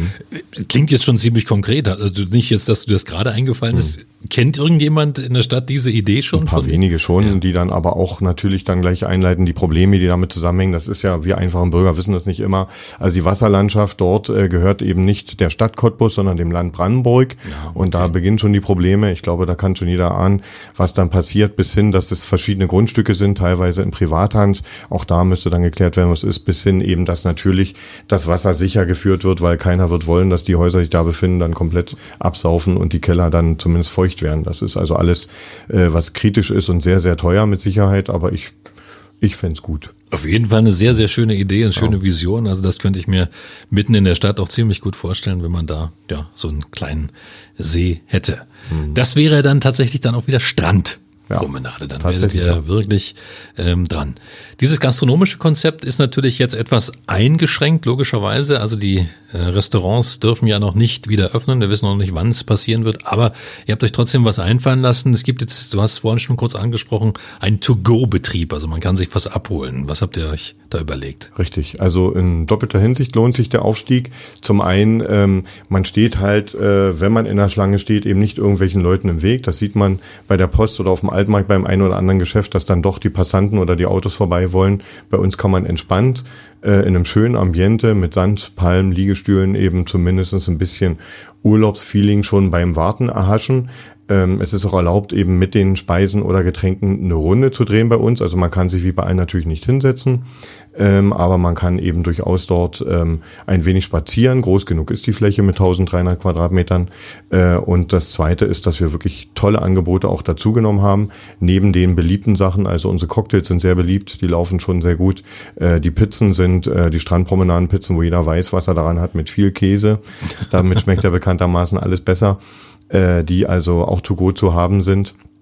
Klingt jetzt schon ziemlich konkret. Also nicht jetzt, dass du das gerade eingefallen ist. Kennt irgendjemand in der Stadt diese Idee schon? Ein paar wenige schon, die dann aber auch natürlich dann gleich einleiten, die Probleme, die damit zusammenhängen. Das ist ja, wir einfachen Bürger wissen das nicht immer. Also die Wasserlandschaft dort gehört eben nicht der Stadt Cottbus, sondern dem Land Brandenburg. Ja, okay. Und da beginnen schon die Probleme. Ich glaube, da kann schon jeder ahnen, was dann passiert, bis hin, dass es verschiedene Grundstücke sind, teilweise in Privathand. Auch da müsste dann geklärt werden, was ist, bis hin eben, dass natürlich das Wasser sicher geführt wird, weil keiner wird wollen, dass die Häuser sich da befinden, dann komplett absaufen und die Keller dann zumindest feucht werden. Das ist also alles, was kritisch ist und sehr, sehr teuer mit Sicherheit, aber ich fände es gut. Auf jeden Fall eine sehr, sehr schöne Idee, eine schöne Vision. Also das könnte ich mir mitten in der Stadt auch ziemlich gut vorstellen, wenn man da so einen kleinen See hätte. Das wäre dann tatsächlich dann auch wieder Strandpromenade. Dann wären wir wirklich dran. Dieses gastronomische Konzept ist natürlich jetzt etwas eingeschränkt, logischerweise. Also die Restaurants dürfen ja noch nicht wieder öffnen. Wir wissen noch nicht, wann es passieren wird. Aber ihr habt euch trotzdem was einfallen lassen. Es gibt jetzt, du hast es vorhin schon kurz angesprochen, einen To-Go-Betrieb. Also man kann sich was abholen. Was habt ihr euch da überlegt? Richtig. Also in doppelter Hinsicht lohnt sich der Aufstieg. Zum einen, man steht halt, wenn man in der Schlange steht, eben nicht irgendwelchen Leuten im Weg. Das sieht man bei der Post oder auf dem Altmarkt beim einen oder anderen Geschäft, dass dann doch die Passanten oder die Autos vorbei wollen. Bei uns kann man entspannt in einem schönen Ambiente mit Sand, Palmen, Liegestühlen eben zumindest ein bisschen Urlaubsfeeling schon beim Warten erhaschen. Es ist auch erlaubt, eben mit den Speisen oder Getränken eine Runde zu drehen bei uns. Also man kann sich wie bei allen natürlich nicht hinsetzen, aber man kann eben durchaus dort ein wenig spazieren. Groß genug ist die Fläche mit 1300 Quadratmetern. Und das Zweite ist, dass wir wirklich tolle Angebote auch dazugenommen haben. Neben den beliebten Sachen, also unsere Cocktails sind sehr beliebt, die laufen schon sehr gut. Die Pizzen sind die Strandpromenadenpizzen, wo jeder weiß, was er daran hat, mit viel Käse. Damit schmeckt ja bekanntermaßen alles besser. Die also auch to go zu haben sind.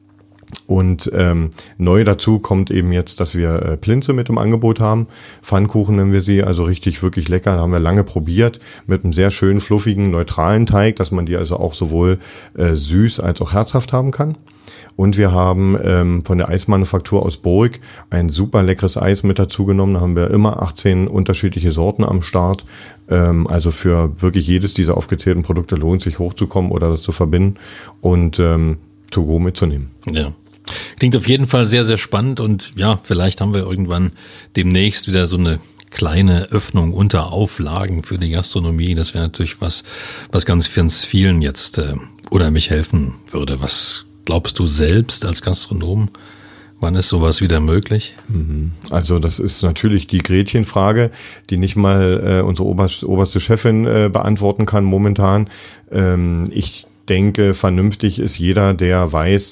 Und neu dazu kommt eben jetzt, dass wir Plinze mit im Angebot haben. Pfannkuchen nennen wir sie, also richtig, wirklich lecker. Da haben wir lange probiert mit einem sehr schönen, fluffigen, neutralen Teig, dass man die also auch sowohl süß als auch herzhaft haben kann. Und wir haben von der Eismanufaktur aus Burg ein super leckeres Eis mit dazu genommen. Da haben wir immer 18 unterschiedliche Sorten am Start. Also für wirklich jedes dieser aufgezählten Produkte lohnt sich hochzukommen oder das zu verbinden und to go mitzunehmen. Ja. Klingt auf jeden Fall sehr, sehr spannend und ja, vielleicht haben wir irgendwann demnächst wieder so eine kleine Öffnung unter Auflagen für die Gastronomie. Das wäre natürlich was ganz vielen jetzt unheimlich helfen würde. Was glaubst du selbst als Gastronom? Wann ist sowas wieder möglich? Also das ist natürlich die Gretchenfrage, die nicht mal unsere oberste Chefin beantworten kann momentan. Ich denke, vernünftig ist jeder, der weiß,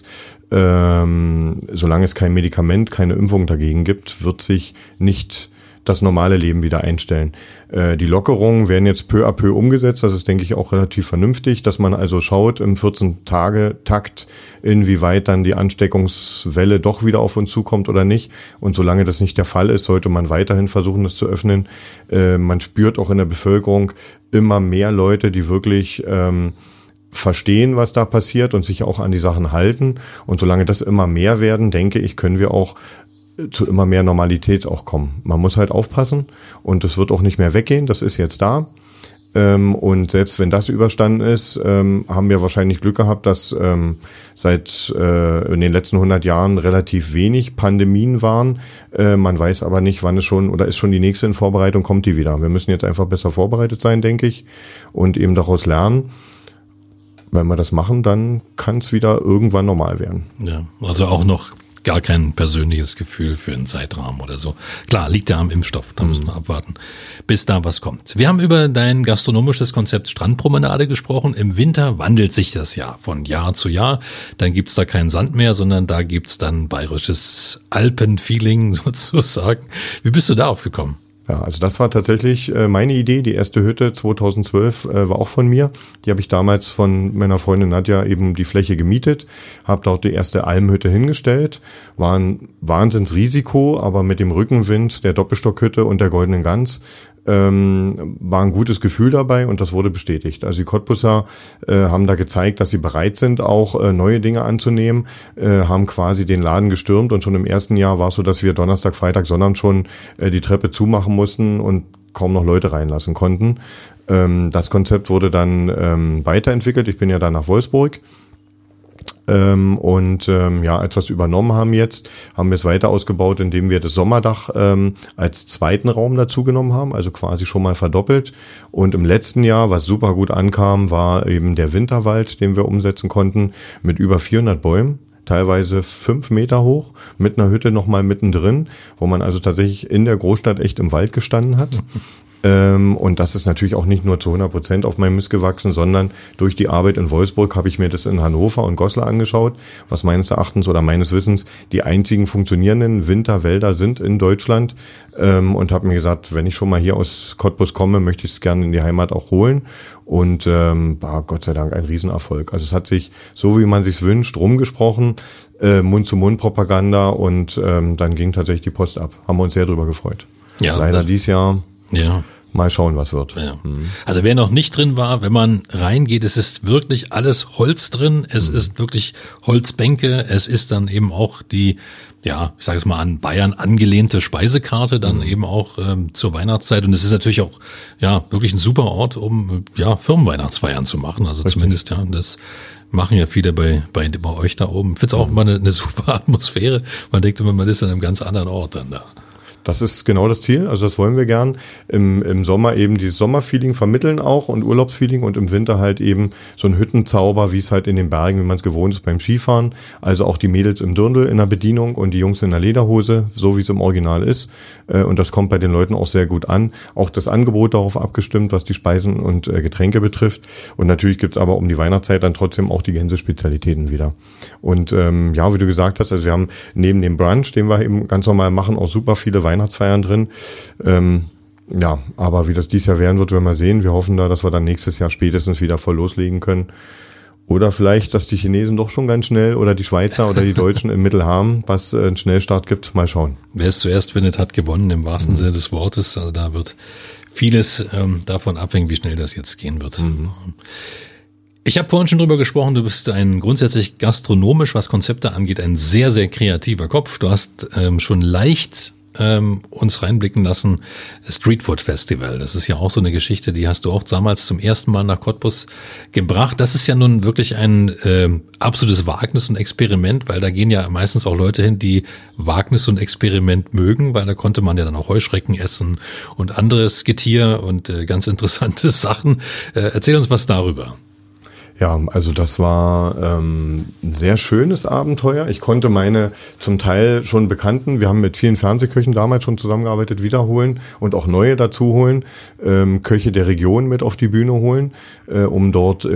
solange es kein Medikament, keine Impfung dagegen gibt, wird sich nicht das normale Leben wieder einstellen. Die Lockerungen werden jetzt peu à peu umgesetzt. Das ist, denke ich, auch relativ vernünftig, dass man also schaut im 14-Tage-Takt, inwieweit dann die Ansteckungswelle doch wieder auf uns zukommt oder nicht. Und solange das nicht der Fall ist, sollte man weiterhin versuchen, das zu öffnen. Man spürt auch in der Bevölkerung immer mehr Leute, die wirklich verstehen, was da passiert und sich auch an die Sachen halten. Und solange das immer mehr werden, denke ich, können wir auch zu immer mehr Normalität auch kommen. Man muss halt aufpassen und es wird auch nicht mehr weggehen. Das ist jetzt da. Und selbst wenn das überstanden ist, haben wir wahrscheinlich Glück gehabt, dass seit in den letzten 100 Jahren relativ wenig Pandemien waren. Man weiß aber nicht, wann es schon oder ist schon die nächste in Vorbereitung, kommt die wieder. Wir müssen jetzt einfach besser vorbereitet sein, denke ich, und eben daraus lernen. Wenn wir das machen, dann kann es wieder irgendwann normal werden. Ja, also auch noch gar kein persönliches Gefühl für einen Zeitrahmen oder so. Klar, liegt ja am Impfstoff, da müssen wir abwarten, bis da was kommt. Wir haben über dein gastronomisches Konzept Strandpromenade gesprochen. Im Winter wandelt sich das ja von Jahr zu Jahr. Dann gibt's da keinen Sand mehr, sondern da gibt's dann bayerisches Alpenfeeling sozusagen. Wie bist du darauf gekommen? Ja, also das war tatsächlich meine Idee. Die erste Hütte 2012 war auch von mir. Die habe ich damals von meiner Freundin Nadja eben die Fläche gemietet, habe dort die erste Almhütte hingestellt. War ein Wahnsinnsrisiko, aber mit dem Rückenwind der Doppelstockhütte und der Goldenen Gans war ein gutes Gefühl dabei und das wurde bestätigt. Also die Cottbusser haben da gezeigt, dass sie bereit sind, auch neue Dinge anzunehmen, haben quasi den Laden gestürmt und schon im ersten Jahr war es so, dass wir Donnerstag, Freitag, Sonntag schon die Treppe zumachen mussten und kaum noch Leute reinlassen konnten. Das Konzept wurde dann weiterentwickelt. Ich bin ja dann nach Wolfsburg. Als wir es übernommen haben jetzt, haben wir es weiter ausgebaut, indem wir das Sommerdach als zweiten Raum dazu genommen haben, also quasi schon mal verdoppelt. Und im letzten Jahr, was super gut ankam, war eben der Winterwald, den wir umsetzen konnten, mit über 400 Bäumen. Teilweise 5 Meter hoch, mit einer Hütte nochmal mittendrin, wo man also tatsächlich in der Großstadt echt im Wald gestanden hat. Und das ist natürlich auch nicht nur zu 100% auf meinem Mist gewachsen, sondern durch die Arbeit in Wolfsburg habe ich mir das in Hannover und Goslar angeschaut, was meines Erachtens oder meines Wissens die einzigen funktionierenden Winterwälder sind in Deutschland, und habe mir gesagt, wenn ich schon mal hier aus Cottbus komme, möchte ich es gerne in die Heimat auch holen. Und war Gott sei Dank ein Riesenerfolg. Also es hat sich, so wie man sich's wünscht, rumgesprochen, Mund-zu-Mund-Propaganda und dann ging tatsächlich die Post ab. Haben wir uns sehr drüber gefreut. Ja, leider dieses Jahr. Ja. Mal schauen, was wird. Ja. Also wer noch nicht drin war, wenn man reingeht, es ist wirklich alles Holz drin, es ist wirklich Holzbänke, es ist dann eben auch die, ja, ich sage es mal, an Bayern angelehnte Speisekarte dann eben auch zur Weihnachtszeit und es ist natürlich auch, ja, wirklich ein super Ort, um, ja, Firmenweihnachtsfeiern zu machen, also richtig. Zumindest, ja, das machen ja viele bei euch da oben. Ich finde es auch immer eine super Atmosphäre, man denkt immer, man ist an einem ganz anderen Ort dann da. Das ist genau das Ziel, also das wollen wir gern im Sommer eben dieses Sommerfeeling vermitteln auch und Urlaubsfeeling und im Winter halt eben so ein Hüttenzauber, wie es halt in den Bergen, wie man es gewohnt ist beim Skifahren, also auch die Mädels im Dirndl in der Bedienung und die Jungs in der Lederhose, so wie es im Original ist, und das kommt bei den Leuten auch sehr gut an, auch das Angebot darauf abgestimmt, was die Speisen und Getränke betrifft und natürlich gibt's aber um die Weihnachtszeit dann trotzdem auch die Gänsespezialitäten wieder und ja, wie du gesagt hast, also wir haben neben dem Brunch, den wir eben ganz normal machen, auch super viele Weihnachtsfeiern drin. Ja, aber wie das dieses Jahr werden wird, werden wir sehen. Wir hoffen da, dass wir dann nächstes Jahr spätestens wieder voll loslegen können. Oder vielleicht, dass die Chinesen doch schon ganz schnell oder die Schweizer oder die Deutschen im Mittel haben, was einen Schnellstart gibt. Mal schauen. Wer es zuerst findet, hat gewonnen, im wahrsten Sinne des Wortes. Also da wird vieles davon abhängen, wie schnell das jetzt gehen wird. Ich habe vorhin schon drüber gesprochen, du bist ein grundsätzlich gastronomisch, was Konzepte angeht, ein sehr, sehr kreativer Kopf. Du hast schon leicht uns reinblicken lassen, Streetfood Festival. Das ist ja auch so eine Geschichte, die hast du auch damals zum ersten Mal nach Cottbus gebracht. Das ist ja nun wirklich ein absolutes Wagnis und Experiment, weil da gehen ja meistens auch Leute hin, die Wagnis und Experiment mögen, weil da konnte man ja dann auch Heuschrecken essen und anderes Getier und ganz interessante Sachen. Erzähl uns was darüber. Ja, also das war ein sehr schönes Abenteuer. Ich konnte meine zum Teil schon Bekannten, wir haben mit vielen Fernsehköchen damals schon zusammengearbeitet, wiederholen und auch neue dazu holen, Köche der Region mit auf die Bühne holen, um dort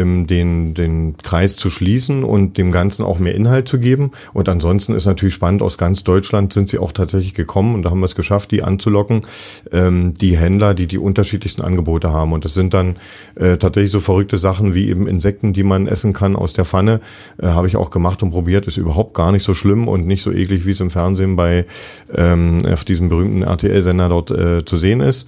den Kreis zu schließen und dem Ganzen auch mehr Inhalt zu geben. Und ansonsten ist natürlich spannend, aus ganz Deutschland sind sie auch tatsächlich gekommen und da haben wir es geschafft, die anzulocken, die Händler, die unterschiedlichsten Angebote haben. Und das sind dann tatsächlich so verrückte Sachen wie eben Insekten, die man essen kann aus der Pfanne, habe ich auch gemacht und probiert, ist überhaupt gar nicht so schlimm und nicht so eklig, wie es im Fernsehen bei auf diesem berühmten RTL-Sender dort zu sehen ist.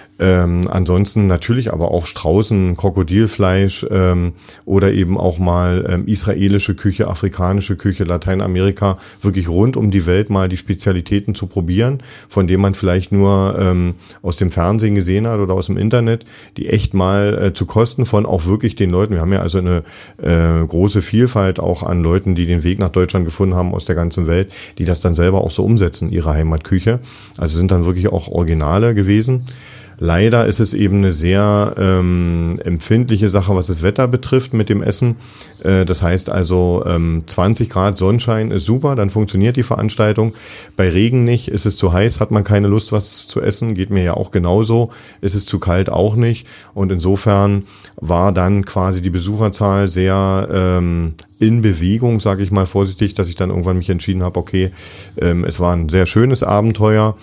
Ansonsten natürlich aber auch Straußen, Krokodilfleisch oder eben auch mal israelische Küche, afrikanische Küche, Lateinamerika, wirklich rund um die Welt mal die Spezialitäten zu probieren, von denen man vielleicht nur aus dem Fernsehen gesehen hat oder aus dem Internet, die echt mal zu kosten von auch wirklich den Leuten. Wir haben ja also eine große Vielfalt auch an Leuten, die den Weg nach Deutschland gefunden haben aus der ganzen Welt, die das dann selber auch so umsetzen in ihrer Heimatküche. Also sind dann wirklich auch Originale gewesen. Leider ist es eben eine sehr empfindliche Sache, was das Wetter betrifft mit dem Essen. Das heißt also 20 Grad Sonnenschein ist super, dann funktioniert die Veranstaltung. Bei Regen nicht, ist es zu heiß, hat man keine Lust, was zu essen, geht mir ja auch genauso. Ist es zu kalt, auch nicht. Und insofern war dann quasi die Besucherzahl sehr in Bewegung, sage ich mal vorsichtig, dass ich dann irgendwann mich entschieden habe, okay, es war ein sehr schönes Abenteuer.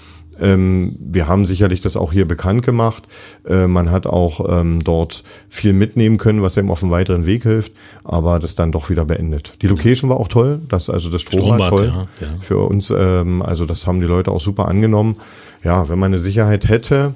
Wir haben sicherlich das auch hier bekannt gemacht. Man hat auch dort viel mitnehmen können, was eben auf dem weiteren Weg hilft, aber das dann doch wieder beendet. Die Location war auch toll, das Strombad toll ja. Für uns. Also das haben die Leute auch super angenommen. Ja, wenn man eine Sicherheit hätte,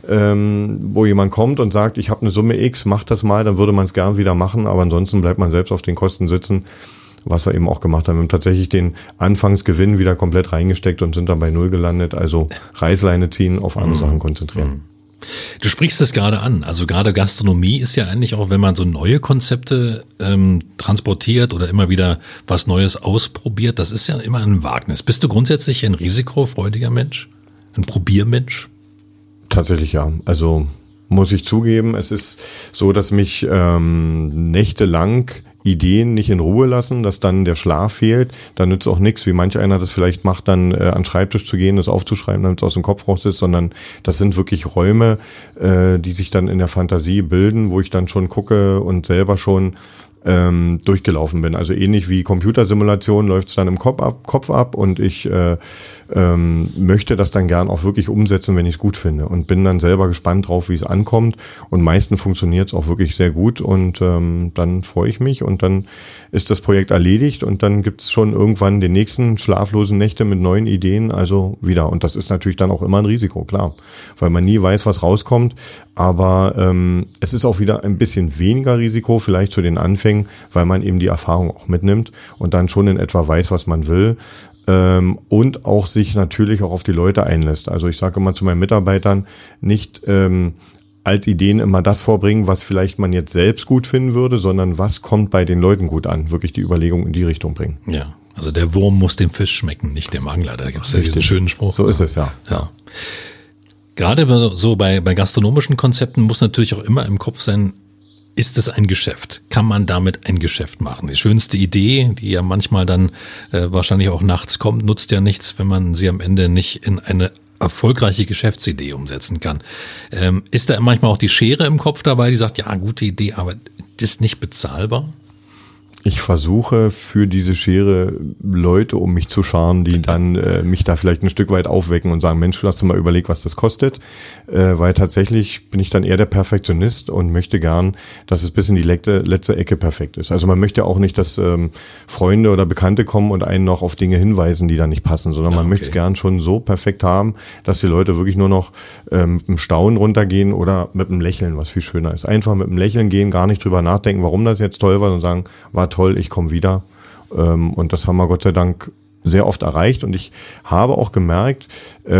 wo jemand kommt und sagt, ich habe eine Summe X, mach das mal, dann würde man es gern wieder machen, aber ansonsten bleibt man selbst auf den Kosten sitzen. Was wir eben auch gemacht haben. Wir haben tatsächlich den Anfangsgewinn wieder komplett reingesteckt und sind dann bei 0 gelandet. Also Reißleine ziehen, auf andere Sachen konzentrieren. Du sprichst es gerade an. Also gerade Gastronomie ist ja eigentlich auch, wenn man so neue Konzepte transportiert oder immer wieder was Neues ausprobiert, das ist ja immer ein Wagnis. Bist du grundsätzlich ein risikofreudiger Mensch? Ein Probiermensch? Tatsächlich ja. Also muss ich zugeben, es ist so, dass mich nächtelang Ideen nicht in Ruhe lassen, dass dann der Schlaf fehlt, dann nützt auch nichts, wie manch einer das vielleicht macht, dann an den Schreibtisch zu gehen, das aufzuschreiben, damit es aus dem Kopf raus ist, sondern das sind wirklich Räume, die sich dann in der Fantasie bilden, wo ich dann schon gucke und selber schon durchgelaufen bin. Also ähnlich wie Computersimulation läuft es dann im Kopf ab und ich möchte das dann gern auch wirklich umsetzen, wenn ich es gut finde und bin dann selber gespannt drauf, wie es ankommt und meistens funktioniert es auch wirklich sehr gut und dann freue ich mich und dann ist das Projekt erledigt und dann gibt es schon irgendwann den nächsten schlaflosen Nächte mit neuen Ideen, also wieder und das ist natürlich dann auch immer ein Risiko, klar, weil man nie weiß, was rauskommt, aber es ist auch wieder ein bisschen weniger Risiko, vielleicht zu den Anfängen, weil man eben die Erfahrung auch mitnimmt und dann schon in etwa weiß, was man will und auch sich natürlich auch auf die Leute einlässt. Also ich sage immer zu meinen Mitarbeitern, nicht als Ideen immer das vorbringen, was vielleicht man jetzt selbst gut finden würde, sondern was kommt bei den Leuten gut an. Wirklich die Überlegung in die Richtung bringen. Ja, also der Wurm muss dem Fisch schmecken, nicht dem Angler. Da gibt es ja diesen schönen Spruch. So ist es, ja. Gerade so bei gastronomischen Konzepten muss natürlich auch immer im Kopf sein, ist es ein Geschäft? Kann man damit ein Geschäft machen? Die schönste Idee, die ja manchmal dann wahrscheinlich auch nachts kommt, nutzt ja nichts, wenn man sie am Ende nicht in eine erfolgreiche Geschäftsidee umsetzen kann. Ist da manchmal auch die Schere im Kopf dabei, die sagt, ja, gute Idee, aber das ist nicht bezahlbar? Ich versuche für diese Schere Leute um mich zu scharen, die dann mich da vielleicht ein Stück weit aufwecken und sagen, Mensch, hast du mal überlegt, was das kostet? Weil tatsächlich bin ich dann eher der Perfektionist und möchte gern, dass es bis in die letzte Ecke perfekt ist. Also man möchte auch nicht, dass Freunde oder Bekannte kommen und einen noch auf Dinge hinweisen, die da nicht passen, sondern man möchte es gern schon so perfekt haben, dass die Leute wirklich nur noch mit einem Staunen runtergehen oder mit einem Lächeln, was viel schöner ist. Einfach mit einem Lächeln gehen, gar nicht drüber nachdenken, warum das jetzt toll war, sondern sagen, war toll, ich komme wieder. Und das haben wir Gott sei Dank sehr oft erreicht. Und ich habe auch gemerkt,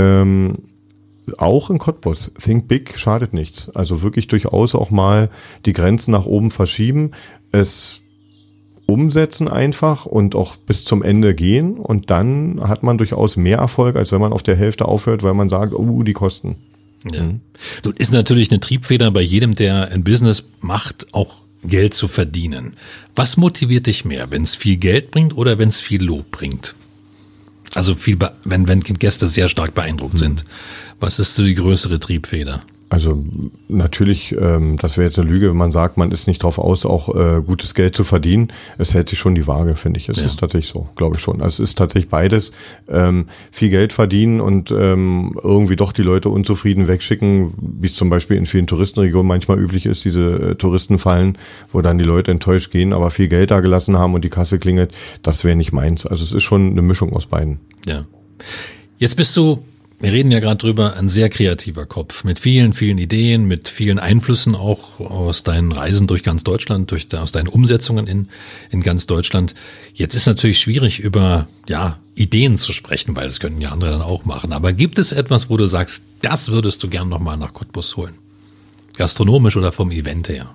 auch in Cottbus, think big schadet nichts. Also wirklich durchaus auch mal die Grenzen nach oben verschieben, es umsetzen einfach und auch bis zum Ende gehen. Und dann hat man durchaus mehr Erfolg, als wenn man auf der Hälfte aufhört, weil man sagt, die Kosten. Ja. Nun ist natürlich eine Triebfeder bei jedem, der ein Business macht, auch Geld zu verdienen. Was motiviert dich mehr, wenn es viel Geld bringt oder wenn es viel Lob bringt? Also wenn Gäste sehr stark beeindruckt sind. Was ist so die größere Triebfeder? Also natürlich, das wäre jetzt eine Lüge, wenn man sagt, man ist nicht drauf aus, auch gutes Geld zu verdienen. Es hält sich schon die Waage, finde ich. Es ist tatsächlich so, glaube ich schon. Also es ist tatsächlich beides. Viel Geld verdienen und irgendwie doch die Leute unzufrieden wegschicken, wie es zum Beispiel in vielen Touristenregionen manchmal üblich ist, diese Touristenfallen, wo dann die Leute enttäuscht gehen, aber viel Geld da gelassen haben und die Kasse klingelt. Das wäre nicht meins. Also es ist schon eine Mischung aus beiden. Ja. Jetzt bist du, wir reden ja gerade drüber, ein sehr kreativer Kopf mit vielen, vielen Ideen, mit vielen Einflüssen auch aus deinen Reisen durch ganz Deutschland, aus deinen Umsetzungen in ganz Deutschland. Jetzt ist natürlich schwierig, über Ideen zu sprechen, weil das könnten ja andere dann auch machen. Aber gibt es etwas, wo du sagst, das würdest du gern nochmal nach Cottbus holen? Gastronomisch oder vom Event her?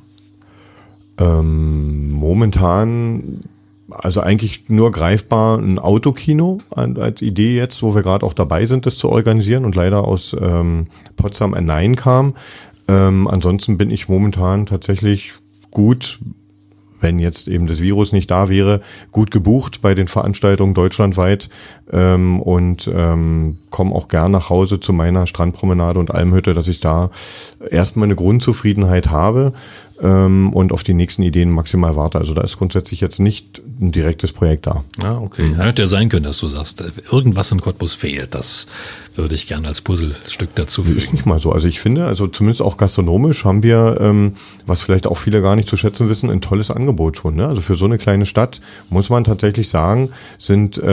Momentan also eigentlich nur greifbar ein Autokino als Idee jetzt, wo wir gerade auch dabei sind, das zu organisieren und leider aus Potsdam ein Nein kam. Ansonsten bin ich momentan tatsächlich gut, wenn jetzt eben das Virus nicht da wäre, gut gebucht bei den Veranstaltungen deutschlandweit und komme auch gern nach Hause zu meiner Strandpromenade und Almhütte, dass ich da erstmal eine Grundzufriedenheit habe und auf die nächsten Ideen maximal warte. Also da ist grundsätzlich jetzt nicht ein direktes Projekt da. Ja, okay. Hätte ja sein können, dass du sagst, irgendwas in Cottbus fehlt. Das würde ich gerne als Puzzlestück dazu fügen. Ist nicht mal so. Also ich finde, also zumindest auch gastronomisch haben wir, was vielleicht auch viele gar nicht zu schätzen wissen, ein tolles Angebot schon. Ne? Also für so eine kleine Stadt muss man tatsächlich sagen, sind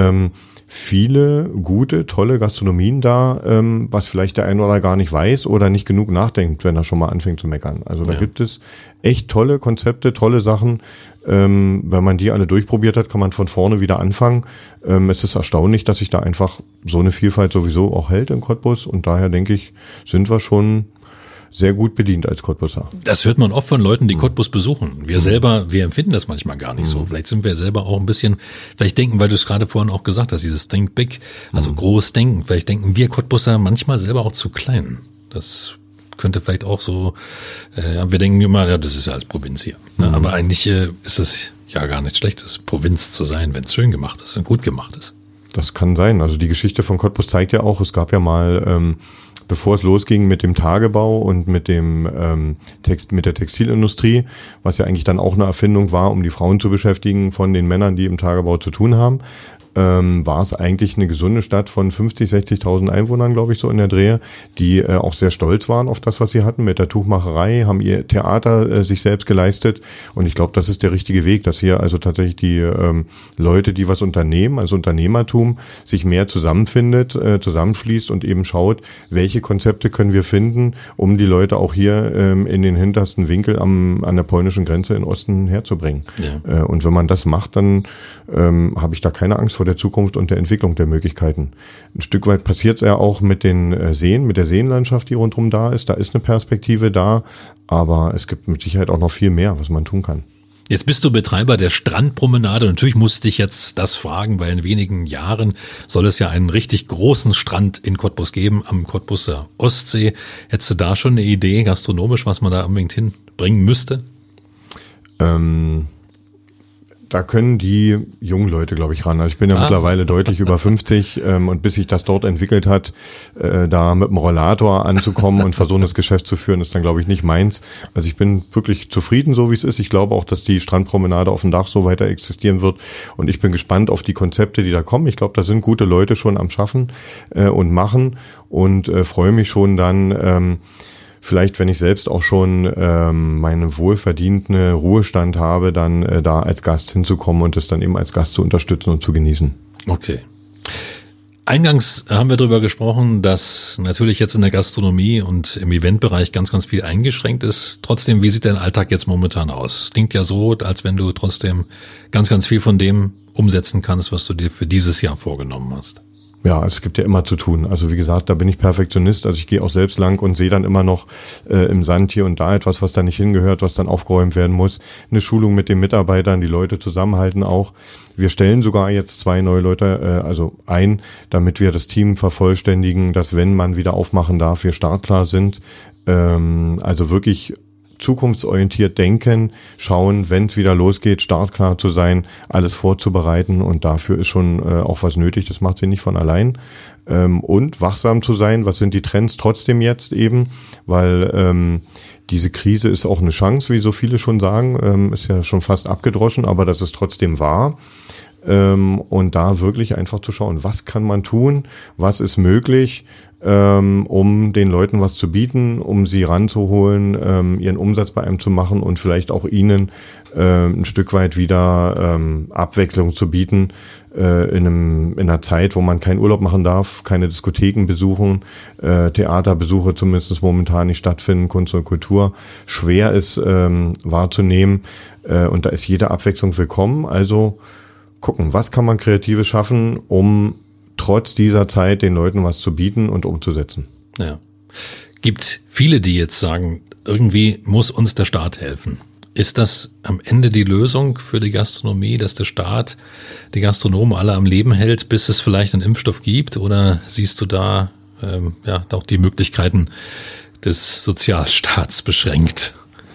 viele gute, tolle Gastronomien da, was vielleicht der eine oder gar nicht weiß oder nicht genug nachdenkt, wenn er schon mal anfängt zu meckern. Also da gibt es echt tolle Konzepte, tolle Sachen. Wenn man die alle durchprobiert hat, kann man von vorne wieder anfangen. Es ist erstaunlich, dass sich da einfach so eine Vielfalt sowieso auch hält in Cottbus und daher denke ich, sind wir schon sehr gut bedient als Cottbusser. Das hört man oft von Leuten, die Cottbus besuchen. Wir empfinden das manchmal gar nicht so. Vielleicht sind wir selber auch ein bisschen, vielleicht denken, weil du es gerade vorhin auch gesagt hast, dieses Think Big, also groß denken. Vielleicht denken wir Cottbusser manchmal selber auch zu klein. Das könnte vielleicht auch so, wir denken immer, das ist ja als Provinz hier. Aber eigentlich ist es ja gar nichts Schlechtes, Provinz zu sein, wenn es schön gemacht ist und gut gemacht ist. Das kann sein. Also die Geschichte von Cottbus zeigt ja auch, es gab ja mal bevor es losging mit dem Tagebau und mit dem mit der Textilindustrie, was ja eigentlich dann auch eine Erfindung war, um die Frauen zu beschäftigen von den Männern, die im Tagebau zu tun haben, war es eigentlich eine gesunde Stadt von 50.000, 60.000 Einwohnern, glaube ich, so in der Drehe, die auch sehr stolz waren auf das, was sie hatten mit der Tuchmacherei, haben ihr Theater sich selbst geleistet und ich glaube, das ist der richtige Weg, dass hier also tatsächlich die Leute, die was unternehmen, also Unternehmertum, sich mehr zusammenfindet, zusammenschließt und eben schaut, welche Konzepte können wir finden, um die Leute auch hier in den hintersten Winkel an der polnischen Grenze in Osten herzubringen. Ja. Und wenn man das macht, dann habe ich da keine Angst vor der Zukunft und der Entwicklung der Möglichkeiten. Ein Stück weit passiert es ja auch mit den Seen, mit der Seenlandschaft, die rundherum da ist. Da ist eine Perspektive da, aber es gibt mit Sicherheit auch noch viel mehr, was man tun kann. Jetzt bist du Betreiber der Strandpromenade. Natürlich musste ich jetzt das fragen, weil in wenigen Jahren soll es ja einen richtig großen Strand in Cottbus geben, am Cottbuser Ostsee. Hättest du da schon eine Idee, gastronomisch, was man da unbedingt hinbringen müsste? da können die jungen Leute, glaube ich, ran. Also ich bin ja mittlerweile deutlich über 50 und bis sich das dort entwickelt hat, da mit dem Rollator anzukommen und versuchen, das Geschäft zu führen, ist dann, glaube ich, nicht meins. Also ich bin wirklich zufrieden, so wie es ist. Ich glaube auch, dass die Strandpromenade auf dem Dach so weiter existieren wird und ich bin gespannt auf die Konzepte, die da kommen. Ich glaube, da sind gute Leute schon am Schaffen und machen und freue mich schon dann, vielleicht, wenn ich selbst auch schon meinen wohlverdienten Ruhestand habe, dann da als Gast hinzukommen und es dann eben als Gast zu unterstützen und zu genießen. Okay. Eingangs haben wir darüber gesprochen, dass natürlich jetzt in der Gastronomie und im Eventbereich ganz, ganz viel eingeschränkt ist. Trotzdem, wie sieht dein Alltag jetzt momentan aus? Klingt ja so, als wenn du trotzdem ganz, ganz viel von dem umsetzen kannst, was du dir für dieses Jahr vorgenommen hast. Ja, es gibt ja immer zu tun. Also wie gesagt, da bin ich Perfektionist. Also ich gehe auch selbst lang und sehe dann immer noch im Sand hier und da etwas, was da nicht hingehört, was dann aufgeräumt werden muss. Eine Schulung mit den Mitarbeitern, die Leute zusammenhalten auch. Wir stellen sogar jetzt 2 neue Leute ein, damit wir das Team vervollständigen, dass wenn man wieder aufmachen darf, wir startklar sind. Also wirklich zukunftsorientiert denken, schauen, wenn es wieder losgeht, startklar zu sein, alles vorzubereiten und dafür ist schon auch was nötig, das macht sie nicht von allein. Und wachsam zu sein, was sind die Trends trotzdem jetzt eben, weil diese Krise ist auch eine Chance, wie so viele schon sagen, ist ja schon fast abgedroschen, aber das ist trotzdem wahr. Und da wirklich einfach zu schauen, was kann man tun, was ist möglich, um den Leuten was zu bieten, um sie ranzuholen, ihren Umsatz bei einem zu machen und vielleicht auch ihnen ein Stück weit wieder Abwechslung zu bieten in einer Zeit, wo man keinen Urlaub machen darf, keine Diskotheken besuchen, Theaterbesuche zumindest momentan nicht stattfinden, Kunst und Kultur schwer ist wahrzunehmen und da ist jede Abwechslung willkommen. Also gucken, was kann man Kreatives schaffen, um trotz dieser Zeit den Leuten was zu bieten und umzusetzen. Ja. Gibt viele, die jetzt sagen, irgendwie muss uns der Staat helfen. Ist das am Ende die Lösung für die Gastronomie, dass der Staat die Gastronomen alle am Leben hält, bis es vielleicht einen Impfstoff gibt? Oder siehst du da auch die Möglichkeiten des Sozialstaats beschränkt?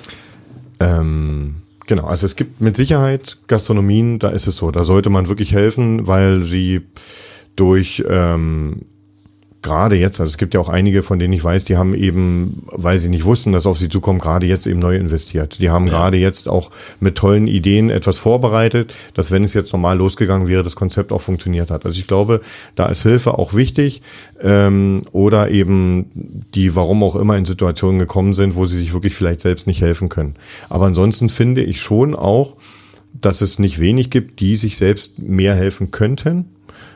Genau, also es gibt mit Sicherheit Gastronomien, da ist es so, da sollte man wirklich helfen, weil sie durch gerade jetzt, also es gibt ja auch einige, von denen ich weiß, die haben eben, weil sie nicht wussten, dass auf sie zukommt, gerade jetzt eben neu investiert. Die haben gerade jetzt auch mit tollen Ideen etwas vorbereitet, dass wenn es jetzt normal losgegangen wäre, das Konzept auch funktioniert hat. Also ich glaube, da ist Hilfe auch wichtig oder eben die, warum auch immer, in Situationen gekommen sind, wo sie sich wirklich vielleicht selbst nicht helfen können. Aber ansonsten finde ich schon auch, dass es nicht wenig gibt, die sich selbst mehr helfen könnten,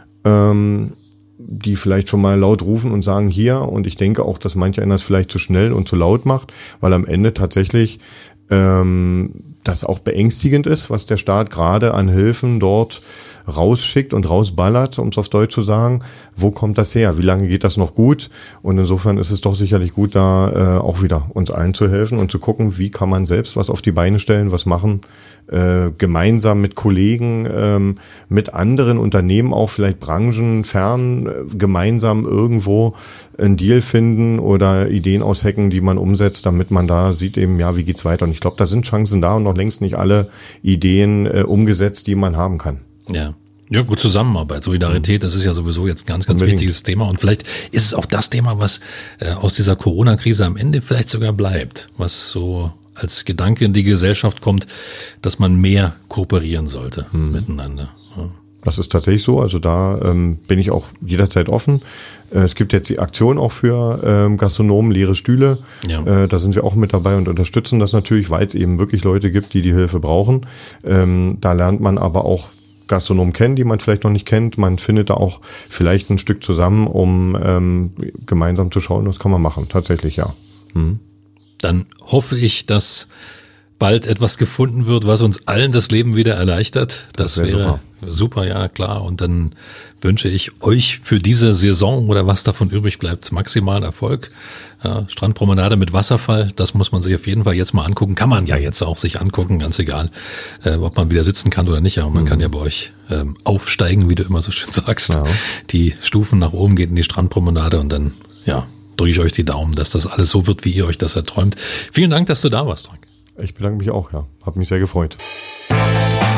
die vielleicht schon mal laut rufen und sagen hier, und ich denke auch, dass manch einer es vielleicht zu schnell und zu laut macht, weil am Ende tatsächlich das auch beängstigend ist, was der Staat gerade an Hilfen dort rausschickt und rausballert, um es auf Deutsch zu sagen. Wo kommt das her? Wie lange geht das noch gut? Und insofern ist es doch sicherlich gut, da auch wieder uns allen zu helfen und zu gucken, wie kann man selbst was auf die Beine stellen, was machen, gemeinsam mit Kollegen, mit anderen Unternehmen auch, vielleicht branchenfern, gemeinsam irgendwo einen Deal finden oder Ideen aushacken, die man umsetzt, damit man da sieht eben, ja, wie geht's weiter. Und ich glaube, da sind Chancen da und noch längst nicht alle Ideen umgesetzt, die man haben kann. Ja. Ja, gut, Zusammenarbeit, Solidarität, das ist ja sowieso jetzt ein ganz, ganz wichtiges Thema. Und vielleicht ist es auch das Thema, was aus dieser Corona-Krise am Ende vielleicht sogar bleibt, was so als Gedanke in die Gesellschaft kommt, dass man mehr kooperieren sollte miteinander. Ja. Das ist tatsächlich so, also da bin ich auch jederzeit offen. Es gibt jetzt die Aktion auch für Gastronomen, leere Stühle. Ja. Da sind wir auch mit dabei und unterstützen das natürlich, weil es eben wirklich Leute gibt, die Hilfe brauchen. Da lernt man aber auch Gastronomen kennen, die man vielleicht noch nicht kennt. Man findet da auch vielleicht ein Stück zusammen, um gemeinsam zu schauen, was kann man machen. Tatsächlich, ja. Dann hoffe ich, dass bald etwas gefunden wird, was uns allen das Leben wieder erleichtert. Das wäre super, ja klar. Und dann wünsche ich euch für diese Saison oder was davon übrig bleibt, maximalen Erfolg. Ja, Strandpromenade mit Wasserfall, das muss man sich auf jeden Fall jetzt mal angucken. Kann man ja jetzt auch sich angucken, ganz egal, ob man wieder sitzen kann oder nicht. Aber man kann ja bei euch aufsteigen, wie du immer so schön sagst. Ja. Die Stufen nach oben geht in die Strandpromenade und dann, drücke ich euch die Daumen, dass das alles so wird, wie ihr euch das erträumt. Vielen Dank, dass du da warst, Frank. Ich bedanke mich auch, ja. Hat mich sehr gefreut.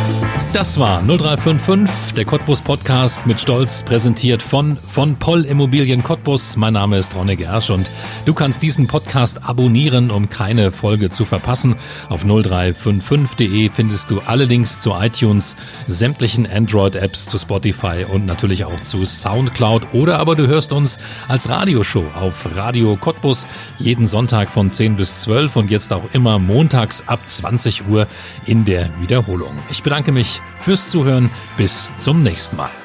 Das war 0355, der Cottbus Podcast mit Stolz präsentiert von Poll Immobilien Cottbus. Mein Name ist Ronny Gersch und du kannst diesen Podcast abonnieren, um keine Folge zu verpassen. Auf 0355.de findest du alle Links zu iTunes, sämtlichen Android-Apps, zu Spotify und natürlich auch zu Soundcloud. Oder aber du hörst uns als Radioshow auf Radio Cottbus jeden Sonntag von 10 bis 12 und jetzt auch immer montags ab 20 Uhr in der Wiederholung. Ich bedanke mich fürs Zuhören. Bis zum nächsten Mal.